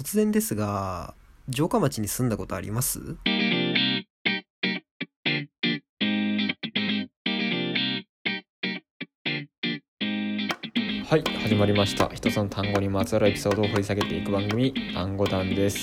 突然ですが、城下町に住んだことあります？ はい、始まりました。一つの単語にまつわるエピソードを掘り下げていく番組、単語談です。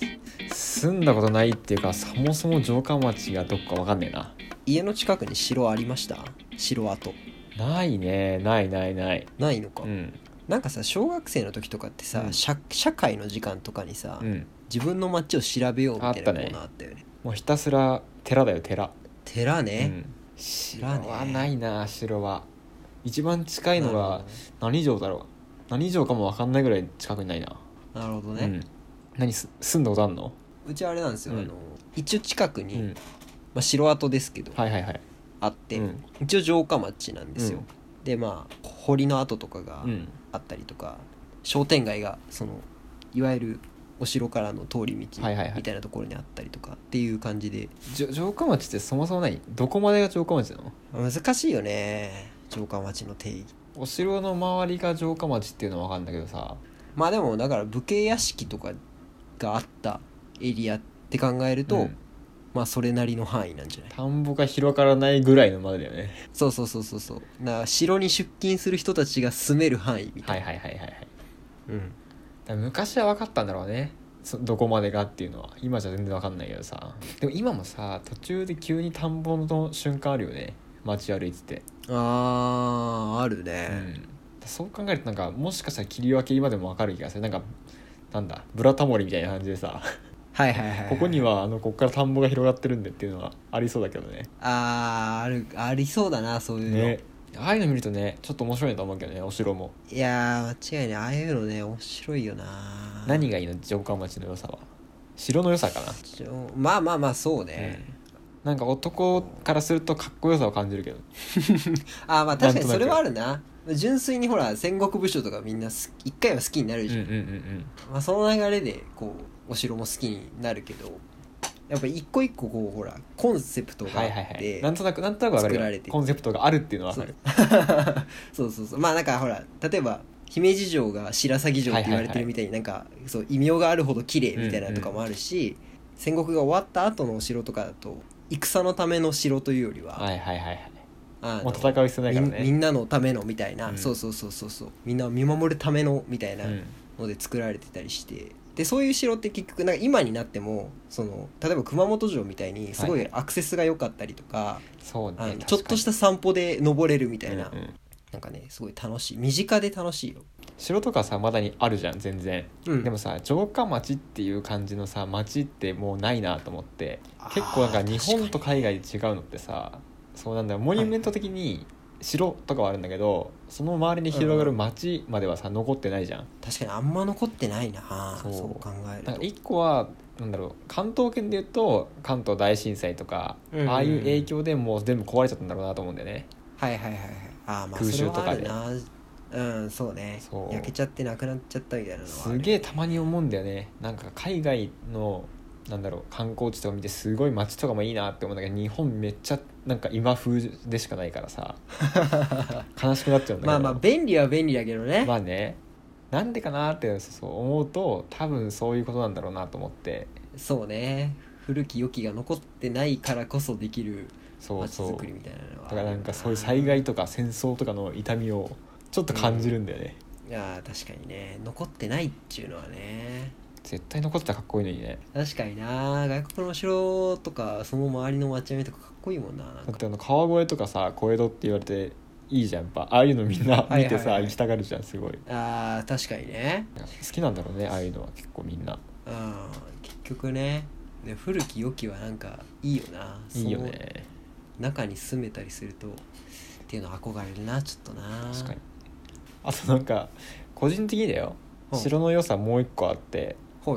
住んだことないっていうか、そもそも城下町がどこかわかんねえな。 家の近くに城ありました？城跡ないね、ない。 ないのか、 うん、 なんかさ、小学生の時とかってさ、 うん社会の時間とかにさ、 うん。 自分の町を調べようみたいなコあったねーナーあったよね。 もうひたすら寺だよ、寺。 寺ね、 うん。城寺ねはないな、城は。一番近いのがなるほどね何城だろう。何城かもわかんないぐらい近くにないな。 なるほどね、 うん。住んだことあんの？ うちはあれなんですよ、 うん一応近くに、 うん。 城跡ですけど、 はい。 あって、 うん。 一応城下町なんですよ、 うんで堀の跡とかがうん。 あったりとか、商店街がいわゆるお城からの通り道はい。 みたいなところにあったりとかっていう感じで、 城下町ってそもそもどこまでが城下町なの？ 難しいよね、城下町の定義。 お城の周りが城下町っていうのは分かるんだけどさ。 でもだから武家屋敷とかがあったエリアって考えると、 うんそれなりの範囲なんじゃない？ 田んぼが広がらないぐらいのまでだよね。 そう城に出勤する人たちが住める範囲みたいな。 はい。だかうんら昔は分かったんだろうね、どこまでがっていうのは。今じゃ全然分かんないけどさ。でも今もさ、途中で急に田んぼの瞬間あるよね、街歩いてて。 あるうね、 ん。そう考えるともしかしたら切り分け今でも分かる気がする。なんだブラタモリみたいな感じでさはいここにはこっから田んぼが広がってるんでっていうのはありそうだけどね。 ありそうだな、そういうの、 ね、ああいうの見るとね、ちょっと面白いと思うけどね、お城も。 いやー間違いない、ああいうのね面白いよな。 何がいいの、城下町の良さは？城の良さかな。 そうね、 なんか男からするとかっこよさを感じるけど。 確かにそれはあるな。純粋にほら戦国武将とかみんな一回は好きになるじゃん、その流れでこうお城も好きになるけど、やっぱ一個一個こうほらコンセプトがあって、 なんとなく分かるよ。 作られてコンセプトがあるっていうのは分かる。 そうなんかほら、例えば姫路城が白鷺城って言われてるみたいに、なんかそう異名があるほど綺麗みたいなとかもあるし、戦国が終わった後のお城とかだと戦のための城というよりは、 もう戦う必要ないからね。 みんなのためのみたいな、 うんそうみんなを見守るためのみたいなので作られてたりして、でそういう城って結局なんか今になっても例えば熊本城みたいにすごいアクセスが良かったりとか、 そうね、 ちょっとした散歩で登れるみたいな、 うんうん、 なんかねすごい楽しい、身近で楽しいよ。 城とかさまだにあるじゃん全然、 うんでもさ城下町っていう感じのさ町ってもうないなと思って。結構なんか日本と海外で違うのってさ、そうなんだよ、モニュメント的に城とかはあるんだけど、その周りに広がる町まではさ残ってないじゃん。 確かにあんま残ってないな、 そう考えると。 なんか一個は関東圏でいうと関東大震災とか、ああいう影響でもう全部壊れちゃったんだろうなと思うんだよね。 はい空襲とかでそれはあるな。そうね、 そう焼けちゃってなくなっちゃったみたいなのはある。 すげえたまに思うんだよね。なんか海外の観光地とか見てすごい街とかもいいなって思うんだけど、日本めっちゃなんか今風でしかないからさ悲しくなっちゃうんだけど。 便利は便利だけどね。 まあね、なんでかなってそう思うと多分そういうことなんだろうなと思って。 そうね、古き良きが残ってないからこそできるそう街づくりみたいなのはだからなんかそういう災害とか戦争とかの痛みをちょっと感じるんだよね、 いや確かにね、残ってないっていうのはね。 絶対残ってたらかっこいいのにね。 確かにな、外国のお城とかその周りの街並みとかかっこいいもんな。 だって川越とかさ小江戸って言われていいじゃん、やっぱああいうのみんな見てさ、行きたがるじゃんすごい。 確かにね。 好きなんだろうね、ああいうのは結構みんな。 結局ね、で古き良きはなんかいいよな。 いいよね。 中に住めたりするとっていうのは憧れるな、ちょっとな。 確かに。あとなんか個人的にだよ、城の良さもう一個あって、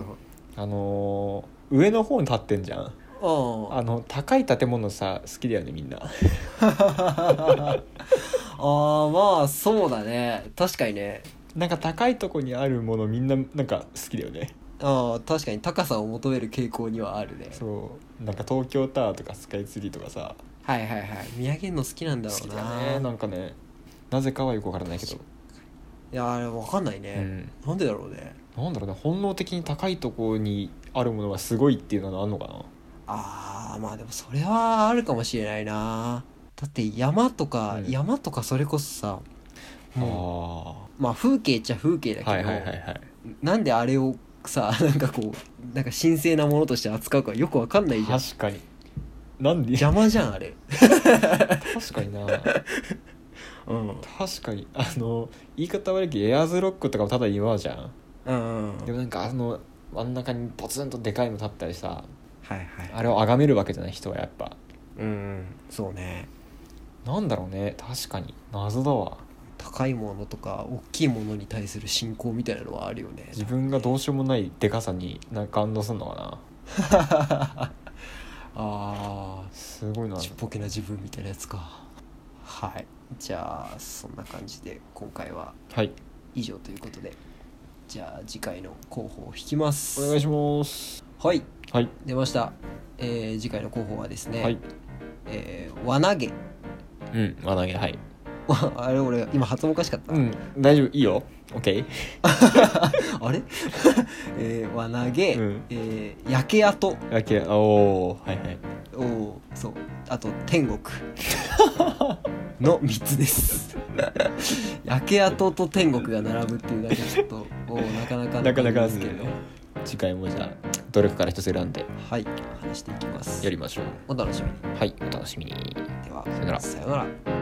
上の方に立ってんじゃん。高い建物さ好きだよねみんなそうだね、確かにね。 なんか高いとこにあるものみんななんか好きだよね。 確かに高さを求める傾向にはあるね。 そうなんか東京タワーとかスカイツリーとかさ、 見上げるの好きなんだろうな。 好きだね。なんかね、なぜかはよくわからないけど。 いやあれ分かんないね、なんでだろうね。 なんだろうね、本能的に高いところにあるものがすごいっていうのはあるのかな。 まあでもそれはあるかもしれないな。だって山とかそれこそさ、もうまあ風景っちゃ風景だけど、 はいはいはいはい、 なんであれをさなんかこうなんか神聖なものとして扱うかよくわかんないじゃん。 確かに、なんで邪魔じゃんあれ。 確かになうん、 確かに言い方悪いけどエアーズロックとかもただ岩じゃん、 うんうん、 でもなんか真ん中にポツンとでかいの立ったりさ、 はいはい、 あれを崇めるわけじゃない人はやっぱ。 うん、そうね。 なんだろうね、確かに謎だわ。 高いものとか大きいものに対する信仰みたいなのはあるよね。 自分がどうしようもないでかさになんか感動するのかな。すごいな、 ちっぽけな自分みたいなやつか。はい、じゃあそんな感じで今回は以上ということで、はい、じゃあ次回の候補を引きます。 お願いします。 はい、 はい、 出ました。次回の候補はですね、 はい、 輪投げ。 輪投げ、はい。 あれ俺今発音おかしかった。 大丈夫、いいよ、 OK。 あれ輪投げ、焼け跡、 おー、はいはい、 そう、あと天国の3つです。焼け跡と天国が並ぶっていうだけちょっとなかなかですけど、次回もじゃあどれかから一つ選んで話していきます。 やりましょう。 お楽しみに。 はい、お楽しみに。 ではさよなら。 さよなら。